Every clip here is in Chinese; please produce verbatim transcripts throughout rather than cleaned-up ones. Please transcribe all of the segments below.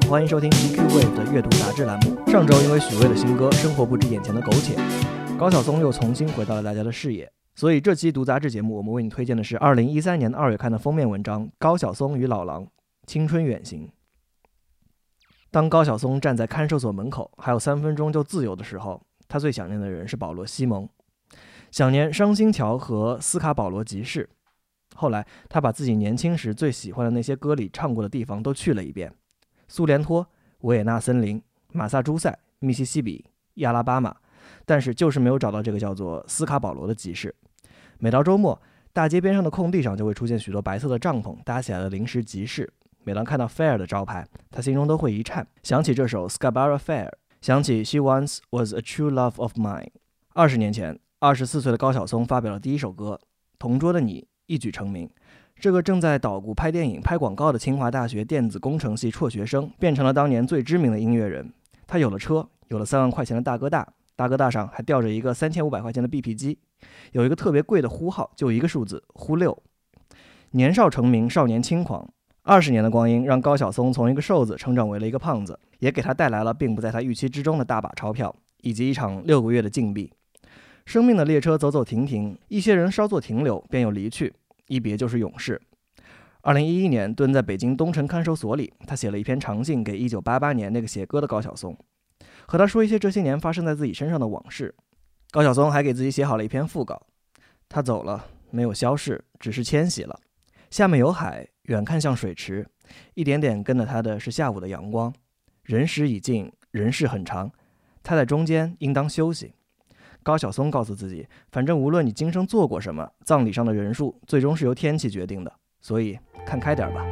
欢迎收听 G Q Wave 的阅读杂志栏目。上周因为许巍的新歌《生活不止眼前的苟且》，高晓松又重新回到了大家的视野。所以这期读杂志节目，我们为你推荐的是二零一三年二月刊的封面文章《高晓松与老狼：青春远行》。当高晓松站在看守所门口，还有三分钟就自由的时候，他最想念的人是保罗·西蒙，想念伤心桥和斯卡保罗集市。后来，他把自己年轻时最喜欢的那些歌里唱过的地方都去了一遍：苏联托、维也纳森林、马萨诸塞、密西西比、亚拉巴马，但是就是没有找到这个叫做斯卡保罗的集市。每到周末，大街边上的空地上就会出现许多白色的帐篷搭起来的临时集市。每当看到 Fair 的招牌，他心中都会一颤，想起这首 Scarborough Fair， 想起 She once was a true love of mine。 二十年前，二十四岁的高晓松发表了第一首歌《同桌的你》，一举成名。这个正在捣鼓拍电影、拍广告的清华大学电子工程系辍学生，变成了当年最知名的音乐人。他有了车，有了三万块钱的大哥大，大哥大上还吊着一个三千五百块钱的 B P 机，有一个特别贵的呼号，就一个数字，呼六。年少成名，少年轻狂。二十年的光阴让高晓松从一个瘦子成长为了一个胖子，也给他带来了并不在他预期之中的大把钞票，以及一场六个月的禁闭。生命的列车走走停停，一些人稍作停留，便又离去，一别就是永世。二零一一年，蹲在北京东城看守所里，他写了一篇长信给一九八八年那个写歌的高晓松，和他说一些这些年发生在自己身上的往事。高晓松还给自己写好了一篇副稿：他走了，没有消逝，只是迁徙了。下面有海，远看像水池，一点点跟着他的是下午的阳光。人时已尽，人世很长，他在中间应当休息。高晓松告诉自己，反正无论你今生做过什么，葬礼上的人数最终是由天气决定的，所以看开点吧。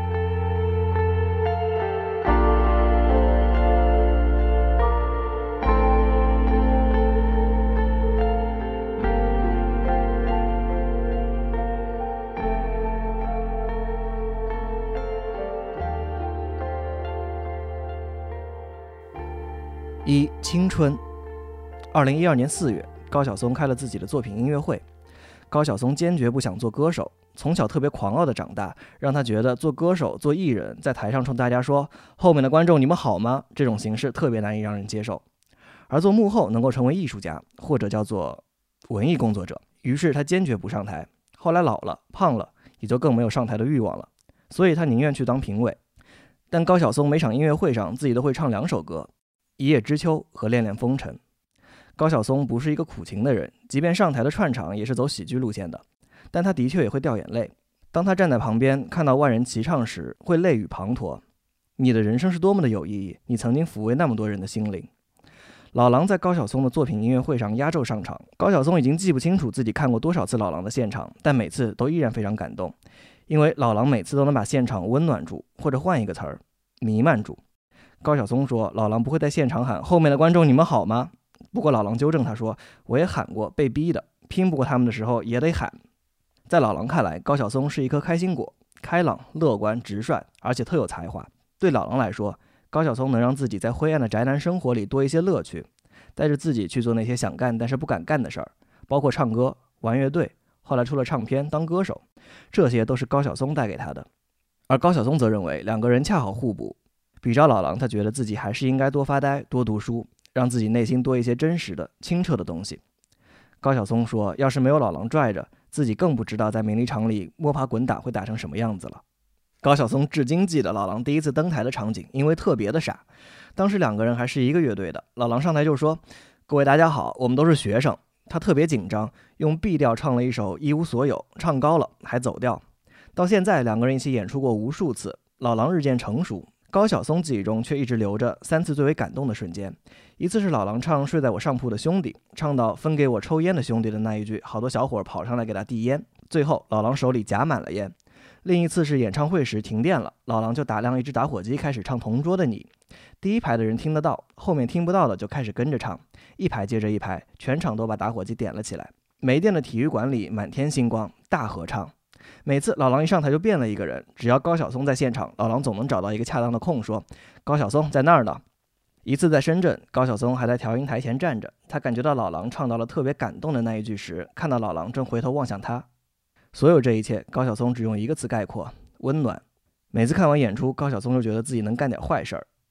一、青春。二零一二年四月，高晓松开了自己的作品音乐会。高晓松坚决不想做歌手，从小特别狂傲的长大，让他觉得做歌手、做艺人，在台上冲大家说“后面的观众你们好吗”这种形式特别难以让人接受。而做幕后能够成为艺术家，或者叫做文艺工作者，于是他坚决不上台。后来老了、胖了，也就更没有上台的欲望了，所以他宁愿去当评委。但高晓松每场音乐会上自己都会唱两首歌，一叶知秋和恋恋风尘。高晓松不是一个苦情的人，即便上台的串场也是走喜剧路线的，但他的确也会掉眼泪。当他站在旁边看到万人齐唱时，会泪雨滂沱。你的人生是多么的有意义，你曾经抚慰那么多人的心灵。老狼在高晓松的作品音乐会上压轴上场，高晓松已经记不清楚自己看过多少次老狼的现场，但每次都依然非常感动，因为老狼每次都能把现场温暖住，或者换一个词儿，弥漫住。高晓松说，老狼不会在现场喊后面的观众你们好吗？不过老狼纠正他说，我也喊过，被逼的，拼不过他们的时候也得喊。在老狼看来，高晓松是一颗开心果，开朗、乐观、直率，而且特有才华。对老狼来说，高晓松能让自己在灰暗的宅男生活里多一些乐趣，带着自己去做那些想干但是不敢干的事儿，包括唱歌、玩乐队，后来出了唱片、当歌手，这些都是高晓松带给他的。而高晓松则认为两个人恰好互补，比照老狼，他觉得自己还是应该多发呆、多读书，让自己内心多一些真实的、清澈的东西。高晓松说，要是没有老狼拽着，自己更不知道在名利场里摸爬滚打会打成什么样子了。高晓松至今记得老狼第一次登台的场景，因为特别的傻。当时两个人还是一个乐队的，老狼上台就说，各位大家好，我们都是学生。他特别紧张，用 B 调唱了一首一无所有，唱高了还走调。到现在两个人一起演出过无数次，老狼日渐成熟，高晓松记忆中却一直留着三次最为感动的瞬间。一次是老狼唱睡在我上铺的兄弟，唱到分给我抽烟的兄弟的那一句，好多小伙跑上来给他递烟，最后老狼手里夹满了烟。另一次是演唱会时停电了，老狼就打亮一支打火机开始唱同桌的你，第一排的人听得到，后面听不到的就开始跟着唱，一排接着一排，全场都把打火机点了起来。没电的体育馆里满天星光，大合唱。每次老狼一上台就变了一个人，只要高晓松在现场，老狼总能找到一个恰当的空说，高晓松在那儿呢。一次在深圳，高晓松还在调音台前站着，他感觉到老狼唱到了特别感动的那一句时，看到老狼正回头望向他。所有这一切，高晓松只用一个词概括：温暖。每次看完演出，高晓松就觉得自己能干点坏事儿，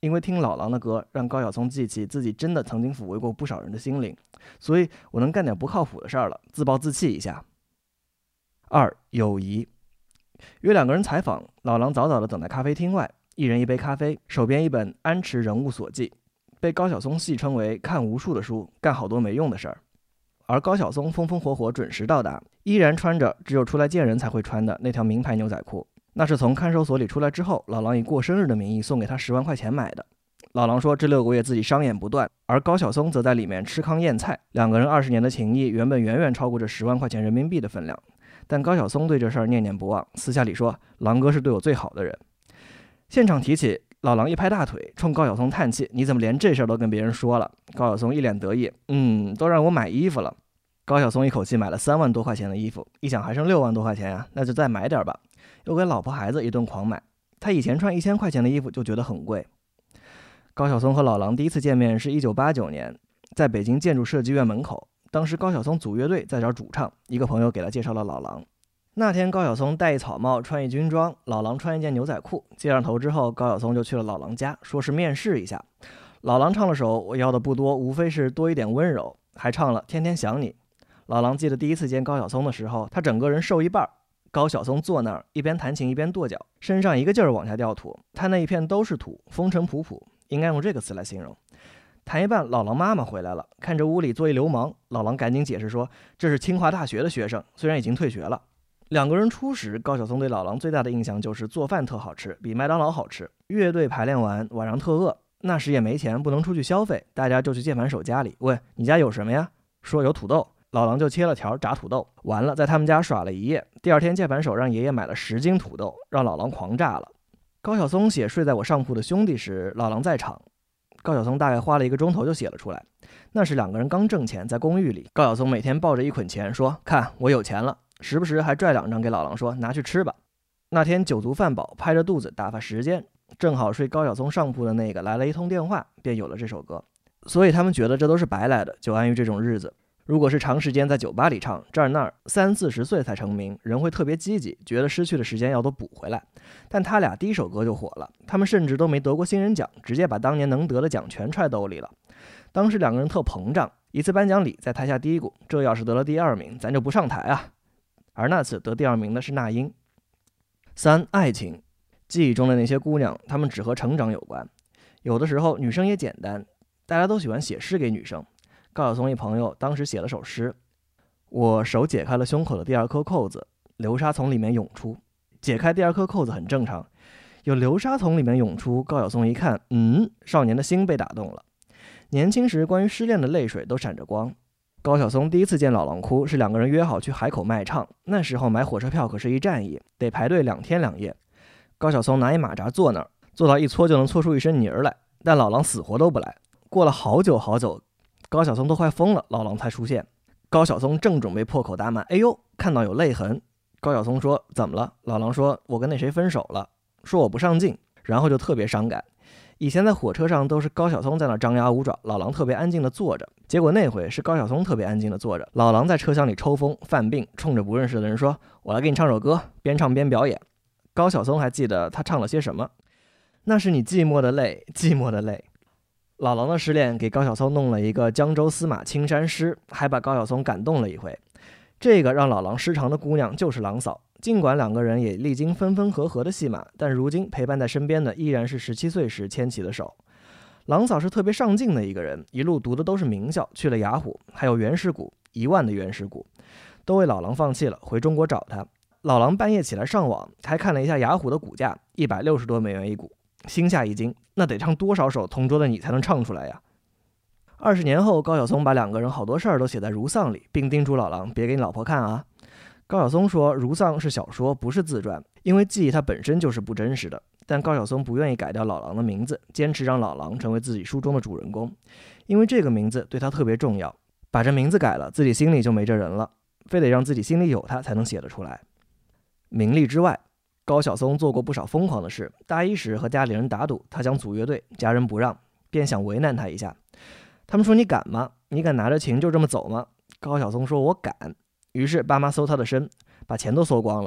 因为听老狼的歌，让高晓松记起自己真的曾经抚慰过不少人的心灵，所以我能干点不靠谱的事儿了，自暴自弃一下。二、友谊。约两个人采访，老狼早早地等在咖啡厅外，一人一杯咖啡，手边一本《安池人物所记》，被高晓松戏称为看无数的书，干好多没用的事儿。而高晓松风风火火准时到达，依然穿着只有出来见人才会穿的那条名牌牛仔裤，那是从看守所里出来之后，老狼以过生日的名义送给他十万块钱买的。老狼说这六个月自己商演不断，而高晓松则在里面吃糠咽菜，两个人二十年的情谊原本远远超过这十万块钱人民币的分量。但高晓松对这事儿念念不忘，私下里说狼哥是对我最好的人。现场提起，老狼一拍大腿，冲高晓松叹气：“你怎么连这事儿都跟别人说了？”高晓松一脸得意：“嗯，都让我买衣服了。”高晓松一口气买了三万多块钱的衣服，一想还剩六万多块钱呀，那就再买点吧。又给老婆孩子一顿狂买。他以前穿一千块钱的衣服就觉得很贵。高晓松和老狼第一次见面是一九八九年，在北京建筑设计院门口。当时高晓松组乐队在找主唱，一个朋友给他介绍了老狼。那天高晓松戴一草帽，穿一军装，老狼穿一件牛仔裤。接上头之后，高晓松就去了老狼家，说是面试一下。老狼唱了首我要的不多，无非是多一点温柔，还唱了天天想你。老狼记得第一次见高晓松的时候，他整个人瘦一半，高晓松坐那儿一边弹琴一边跺脚，身上一个劲儿往下掉土，他那一片都是土，风尘仆仆，应该用这个词来形容。弹一半，老狼妈妈回来了，看着屋里坐一流氓，老狼赶紧解释说这是清华大学的学生，虽然已经退学了。两个人初时，高晓松对老狼最大的印象就是做饭特好吃，比麦当劳好吃。乐队排练完，晚上特饿，那时也没钱，不能出去消费，大家就去键盘手家里问你家有什么呀？说有土豆，老狼就切了条炸土豆，完了在他们家耍了一夜。第二天键盘手让爷爷买了十斤土豆，让老狼狂炸了。高晓松写睡在我上铺的兄弟时，老狼在场。高晓松大概花了一个钟头就写了出来。那时两个人刚挣钱，在公寓里，高晓松每天抱着一捆钱说看我有钱了，时不时还拽两张给老狼说拿去吃吧。那天酒足饭饱，拍着肚子打发时间，正好睡高晓松上铺的那个来了一通电话，便有了这首歌。所以他们觉得这都是白来的，就安于这种日子。如果是长时间在酒吧里唱这儿那儿，三四十岁才成名，人会特别积极，觉得失去的时间要都补回来。但他俩第一首歌就火了，他们甚至都没得过新人奖，直接把当年能得的奖全揣兜里了。当时两个人特膨胀，一次颁奖礼在台下嘀咕，这要是得了第二名，咱就不上台啊。而那次得第二名的是那英。三、爱情。记忆中的那些姑娘，她们只和成长有关。有的时候女生也简单，大家都喜欢写诗给女生。高晓松一朋友当时写了首诗：我手解开了胸口的第二颗扣子，流沙从里面涌出。解开第二颗扣子很正常，有流沙从里面涌出，高晓松一看，嗯，少年的心被打动了。年轻时关于失恋的泪水都闪着光。高晓松第一次见老狼哭，是两个人约好去海口卖唱，那时候买火车票可是一战役，得排队两天两夜。高晓松拿一马扎坐那儿，坐到一搓就能搓出一身泥儿来，但老狼死活都不来。过了好久好久，高晓松都快疯了，老狼才出现。高晓松正准备破口大骂，哎呦，看到有泪痕。高晓松说怎么了？老狼说我跟那谁分手了，说我不上进，然后就特别伤感。以前在火车上都是高晓松在那张牙舞爪，老狼特别安静的坐着，结果那回是高晓松特别安静的坐着，老狼在车厢里抽风犯病，冲着不认识的人说我来给你唱首歌，边唱边表演。高晓松还记得他唱了些什么，那是你寂寞的泪，寂寞的泪。老狼的失恋给高晓松弄了一个江州司马青衫诗，还把高晓松感动了一回。这个让老狼失常的姑娘就是郎嫂，尽管两个人也历经分分合合的戏码，但如今陪伴在身边的依然是十七岁时牵起的手。郎嫂是特别上进的一个人，一路读的都是名校，去了雅虎，还有原始股，一万的原始股，都为老狼放弃了，回中国找他。老狼半夜起来上网，还看了一下雅虎的股价，一百六十多美元一股，心下一惊，那得唱多少首《同桌的你》才能唱出来呀？二十年后，高晓松把两个人好多事儿都写在《如丧》里，并叮嘱老狼别给你老婆看啊。高晓松说，《如丧》是小说，不是自传，因为记忆它本身就是不真实的。但高晓松不愿意改掉老狼的名字，坚持让老狼成为自己书中的主人公，因为这个名字对他特别重要。把这名字改了，自己心里就没这人了，非得让自己心里有他才能写得出来。名利之外，高晓松做过不少疯狂的事。大一时和家里人打赌，他想组乐队，家人不让，便想为难他一下。他们说你敢吗？你敢拿着琴就这么走吗？高晓松说我敢。于是爸妈搜他的身，把钱都搜光了。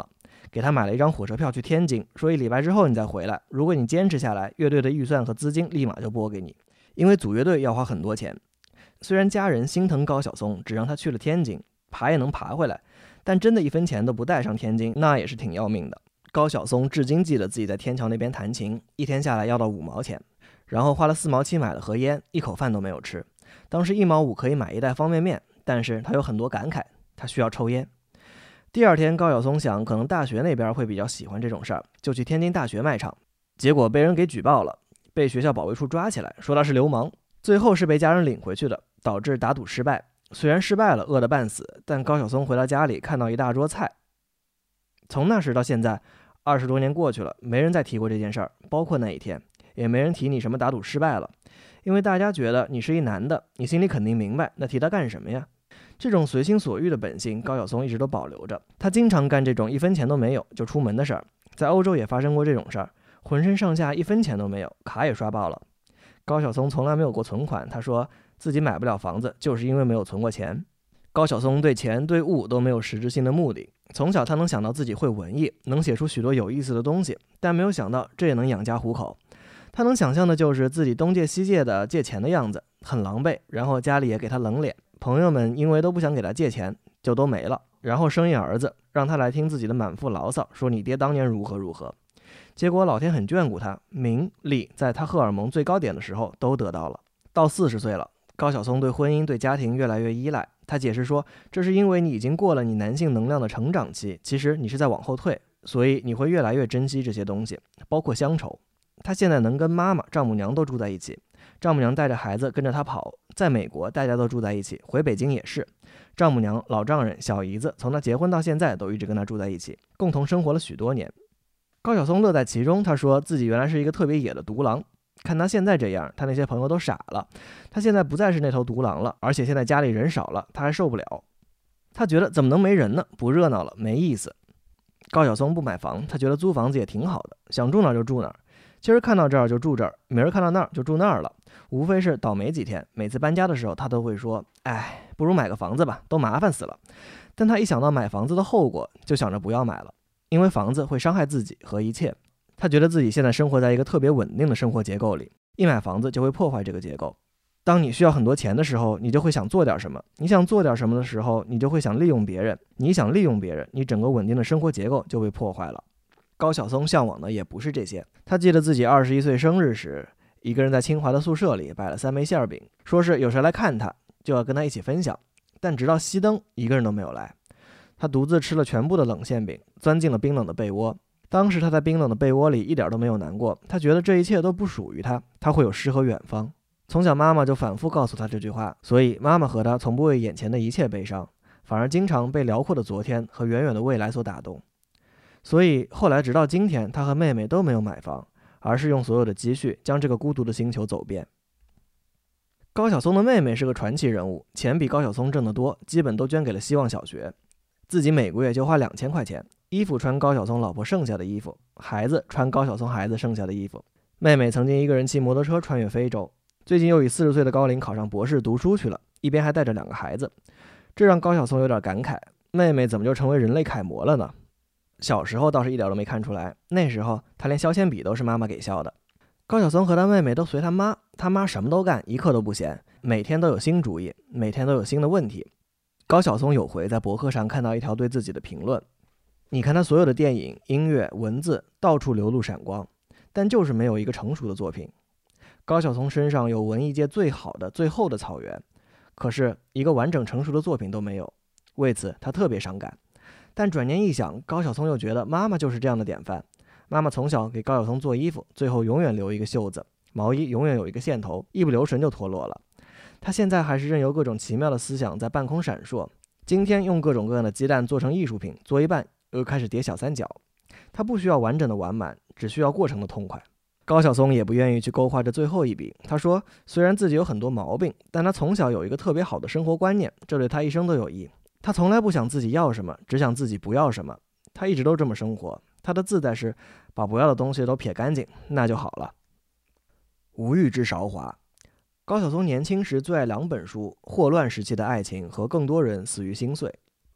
给他买了一张火车票去天津，说一礼拜之后你再回来，如果你坚持下来，乐队的预算和资金立马就拨给你，因为组乐队要花很多钱。虽然家人心疼高晓松，只让他去了天津，爬也能爬回来，但真的一分钱都不带上天津，那也是挺要命的。高晓松至今记得自己在天桥那边弹琴，一天下来要到五毛钱，然后花了四毛七买了盒烟，一口饭都没有吃。当时一毛五可以买一袋方便面，但是他有很多感慨，他需要抽烟。第二天，高晓松想可能大学那边会比较喜欢这种事儿，就去天津大学卖唱，结果被人给举报了，被学校保卫处抓起来，说他是流氓，最后是被家人领回去的，导致打赌失败。虽然失败了，饿得半死，但高晓松回到家里看到一大桌菜。从那时到现在，二十多年过去了，没人再提过这件事儿，包括那一天，也没人提你什么打赌失败了，因为大家觉得你是一男的，你心里肯定明白，那提他干什么呀？这种随心所欲的本性，高晓松一直都保留着。他经常干这种一分钱都没有就出门的事儿，在欧洲也发生过这种事儿，浑身上下一分钱都没有，卡也刷爆了。高晓松从来没有过存款，他说自己买不了房子，就是因为没有存过钱。高晓松对钱对物都没有实质性的目的，从小他能想到自己会文艺，能写出许多有意思的东西，但没有想到这也能养家糊口。他能想象的就是自己东借西借的借钱的样子，很狼狈，然后家里也给他冷脸，朋友们因为都不想给他借钱，就都没了，然后生一儿子，让他来听自己的满腹牢骚，说你爹当年如何如何。结果老天很眷顾他，名利在他荷尔蒙最高点的时候都得到了。到四十岁了，高晓松对婚姻对家庭越来越依赖，他解释说，这是因为你已经过了你男性能量的成长期，其实你是在往后退，所以你会越来越珍惜这些东西，包括乡愁。他现在能跟妈妈、丈母娘都住在一起，丈母娘带着孩子跟着他跑，在美国大家都住在一起，回北京也是，丈母娘、老丈人、小姨子从他结婚到现在都一直跟他住在一起，共同生活了许多年。高晓松乐在其中，他说自己原来是一个特别野的独狼，看他现在这样，他那些朋友都傻了，他现在不再是那头独狼了，而且现在家里人少了，他还受不了，他觉得怎么能没人呢？不热闹了，没意思。高晓松不买房，他觉得租房子也挺好的，想住哪儿就住哪儿，今儿看到这儿就住这儿，明儿看到那儿就住那儿了，无非是倒霉几天。每次搬家的时候他都会说，哎，不如买个房子吧，都麻烦死了。但他一想到买房子的后果，就想着不要买了，因为房子会伤害自己和一切。他觉得自己现在生活在一个特别稳定的生活结构里，一买房子就会破坏这个结构。当你需要很多钱的时候，你就会想做点什么，你想做点什么的时候，你就会想利用别人，你想利用别人，你整个稳定的生活结构就被破坏了。高晓松向往的也不是这些，他记得自己二十一岁生日时，一个人在清华的宿舍里摆了三枚馅饼，说是有谁来看他就要跟他一起分享，但直到熄灯一个人都没有来，他独自吃了全部的冷馅饼，钻进了冰冷的被窝。当时他在冰冷的被窝里一点都没有难过，他觉得这一切都不属于他，他会有诗和远方。从小妈妈就反复告诉他这句话，所以妈妈和他从不为眼前的一切悲伤，反而经常被辽阔的昨天和远远的未来所打动。所以后来直到今天，他和妹妹都没有买房，而是用所有的积蓄将这个孤独的星球走遍。高晓松的妹妹是个传奇人物，钱比高晓松挣得多，基本都捐给了希望小学，自己每个月就花两千块钱，衣服穿高晓松老婆剩下的衣服，孩子穿高晓松孩子剩下的衣服。妹妹曾经一个人骑摩托车穿越非洲，最近又以四十岁的高龄考上博士读书去了，一边还带着两个孩子，这让高晓松有点感慨，妹妹怎么就成为人类楷模了呢？小时候倒是一点都没看出来，那时候他连削铅笔都是妈妈给削的。高晓松和他妹妹都随他妈，他妈什么都干，一刻都不闲，每天都有新主意，每天都有新的问题。高晓松有回在博客上看到一条对自己的评论，你看他所有的电影、音乐、文字到处流露闪光，但就是没有一个成熟的作品。高晓松身上有文艺界最好的最厚的草原，可是一个完整成熟的作品都没有，为此他特别伤感。但转念一想，高晓松又觉得妈妈就是这样的典范，妈妈从小给高晓松做衣服，最后永远留一个袖子，毛衣永远有一个线头，一不留神就脱落了。他现在还是任由各种奇妙的思想在半空闪烁，今天用各种各样的鸡蛋做成艺术品，做一半又开始叠小三角。他不需要完整的完满，只需要过程的痛快。高晓松也不愿意去勾画这最后一笔，他说虽然自己有很多毛病，但他从小有一个特别好的生活观念，这对他一生都有益。他从来不想自己要什么，只想自己不要什么，他一直都这么生活。他的自在是把不要的东西都撇干净，那就好了。无欲之韶华。高晓松年轻时最爱两本书，霍乱时期的爱情和更多人死于心碎。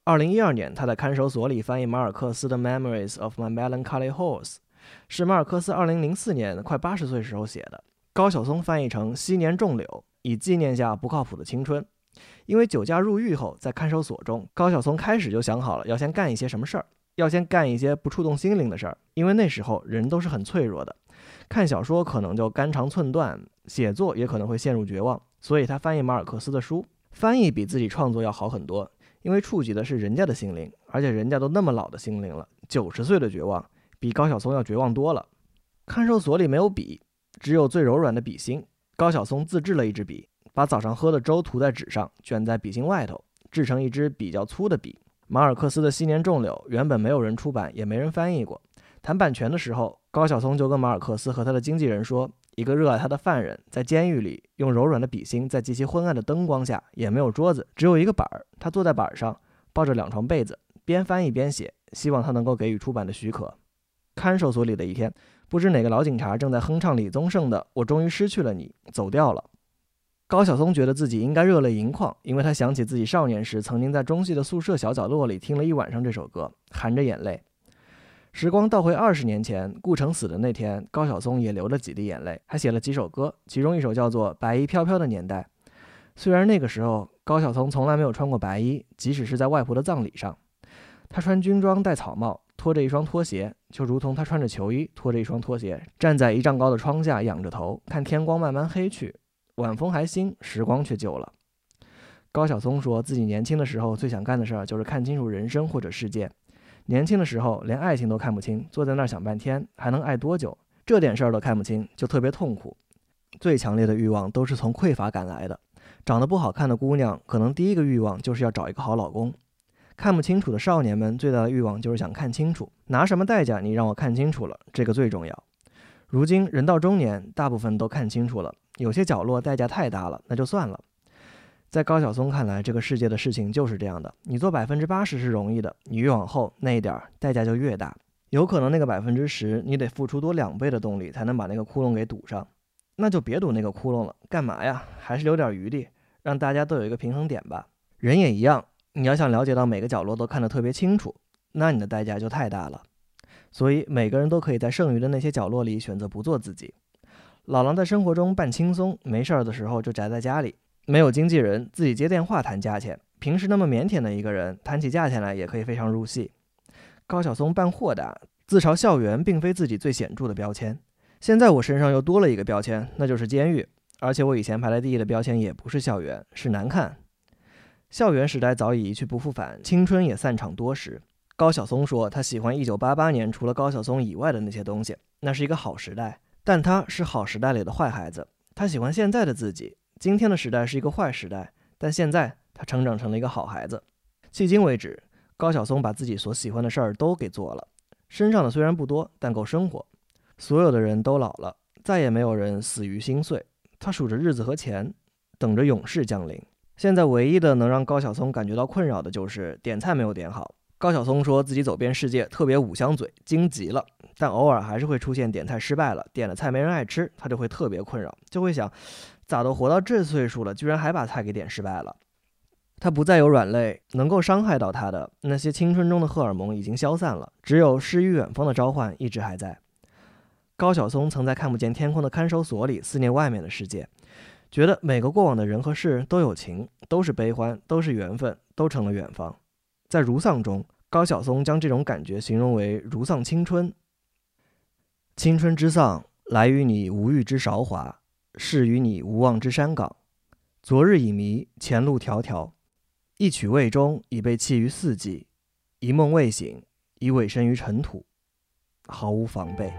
二零一二年，他在看守所里翻译马尔克斯的《Memories of My Melancholy Horse》，是马尔克斯二零零四年快八十岁时候写的。高晓松翻译成《昔年种柳》，以纪念下不靠谱的青春。因为酒驾入狱后，在看守所中，高晓松开始就想好了要先干一些什么事儿，要先干一些不触动心灵的事儿。因为那时候人都是很脆弱的，看小说可能就肝肠寸断，写作也可能会陷入绝望，所以他翻译马尔克斯的书，翻译比自己创作要好很多。因为触及的是人家的心灵，而且人家都那么老的心灵了，九十岁的绝望比高晓松要绝望多了。看守所里没有笔，只有最柔软的笔芯。高晓松自制了一支笔，把早上喝的粥涂在纸上，卷在笔芯外头，制成一支比较粗的笔。马尔克斯的《昔年种柳》原本没有人出版，也没人翻译过。谈版权的时候，高晓松就跟马尔克斯和他的经纪人说，一个热爱他的犯人在监狱里用柔软的笔芯，在极其昏暗的灯光下，也没有桌子，只有一个板儿，他坐在板上，抱着两床被子，边翻译边写，希望他能够给予出版的许可。看守所里的一天，不知哪个老警察正在哼唱李宗盛的《我终于失去了你》，走掉了。高晓松觉得自己应该热泪盈眶，因为他想起自己少年时曾经在中戏的宿舍小角落里听了一晚上这首歌，含着眼泪。时光倒回二十年前，顾城死的那天，高晓松也流了几滴眼泪，还写了几首歌，其中一首叫做《白衣飘飘的年代》。虽然那个时候高晓松从来没有穿过白衣，即使是在外婆的葬礼上，他穿军装戴草帽，拖着一双拖鞋，就如同他穿着球衣拖着一双拖鞋，站在一丈高的窗下，仰着头看天光慢慢黑去，晚风还新，时光却旧了。高晓松说自己年轻的时候最想干的事儿就是看清楚人生或者世界。年轻的时候连爱情都看不清，坐在那儿想半天还能爱多久，这点事儿都看不清，就特别痛苦。最强烈的欲望都是从匮乏感来的。长得不好看的姑娘可能第一个欲望就是要找一个好老公，看不清楚的少年们最大的欲望就是想看清楚，拿什么代价你让我看清楚了，这个最重要。如今人到中年，大部分都看清楚了，有些角落代价太大了，那就算了。在高晓松看来，这个世界的事情就是这样的，你做百分之八十是容易的，你越往后那一点代价就越大，有可能那个百分之十你得付出多两倍的动力才能把那个窟窿给堵上，那就别堵那个窟窿了，干嘛呀？还是留点余地，让大家都有一个平衡点吧。人也一样，你要想了解到每个角落都看得特别清楚，那你的代价就太大了。所以每个人都可以在剩余的那些角落里选择不做自己。老狼在生活中扮轻松，没事儿的时候就宅在家里，没有经纪人，自己接电话谈价钱。平时那么腼腆的一个人，谈起价钱来也可以非常入戏。高晓松扮豁达，自嘲校园并非自己最显著的标签。现在我身上又多了一个标签，那就是监狱。而且我以前排在第一的标签也不是校园，是难看。校园时代早已一去不复返，青春也散场多时。高晓松说他喜欢一九八八年除了高晓松以外的那些东西，那是一个好时代，但他是好时代里的坏孩子。他喜欢现在的自己，今天的时代是一个坏时代，但现在他成长成了一个好孩子。迄今为止，高晓松把自己所喜欢的事儿都给做了，身上的虽然不多，但够生活。所有的人都老了，再也没有人死于心碎。他数着日子和钱，等着勇士降临。现在唯一的能让高晓松感觉到困扰的就是点菜没有点好。高晓松说自己走遍世界特别五香嘴，精极了，但偶尔还是会出现点菜失败了，点了菜没人爱吃，他就会特别困扰，就会想咋都活到这岁数了，居然还把菜给点失败了。他不再有软肋，能够伤害到他的那些青春中的荷尔蒙已经消散了，只有诗与远方的召唤一直还在。高晓松曾在看不见天空的看守所里思念外面的世界，觉得每个过往的人和事都有情，都是悲欢，都是缘分，都成了远方。在如丧中，高晓松将这种感觉形容为如丧青春。青春之丧，来于你无欲之韶华，逝于你无望之山岗。昨日已迷，前路迢迢，一曲未终，已被弃于四季；一梦未醒，已委身于尘土，毫无防备。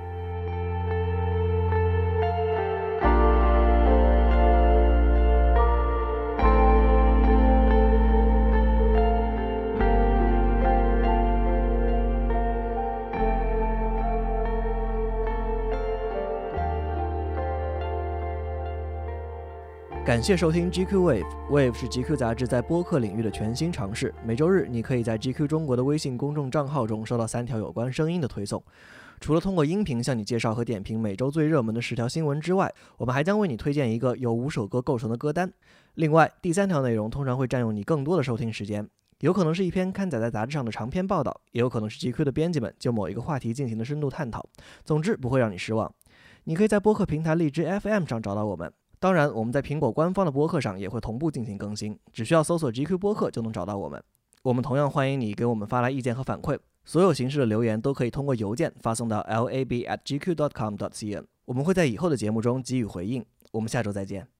感谢收听 G Q Wave，Wave 是 G Q 杂志在播客领域的全新尝试。每周日，你可以在 G Q 中国的微信公众账号中收到三条有关声音的推送。除了通过音频向你介绍和点评每周最热门的十条新闻之外，我们还将为你推荐一个由五首歌构成的歌单。另外，第三条内容通常会占用你更多的收听时间， 有可能是一篇刊载在杂志上的长篇报道，也有可能是 G Q 的编辑们就某一个话题进行的深度探讨。总之不会让你失望。你可以在播客平台荔枝 F M 上找到我们，当然我们在苹果官方的播客上也会同步进行更新，只需要搜索 G Q 播客就能找到我们。我们同样欢迎你给我们发来意见和反馈，所有形式的留言都可以通过邮件发送到 lab at gq dot com dot cn， 我们会在以后的节目中给予回应。我们下周再见。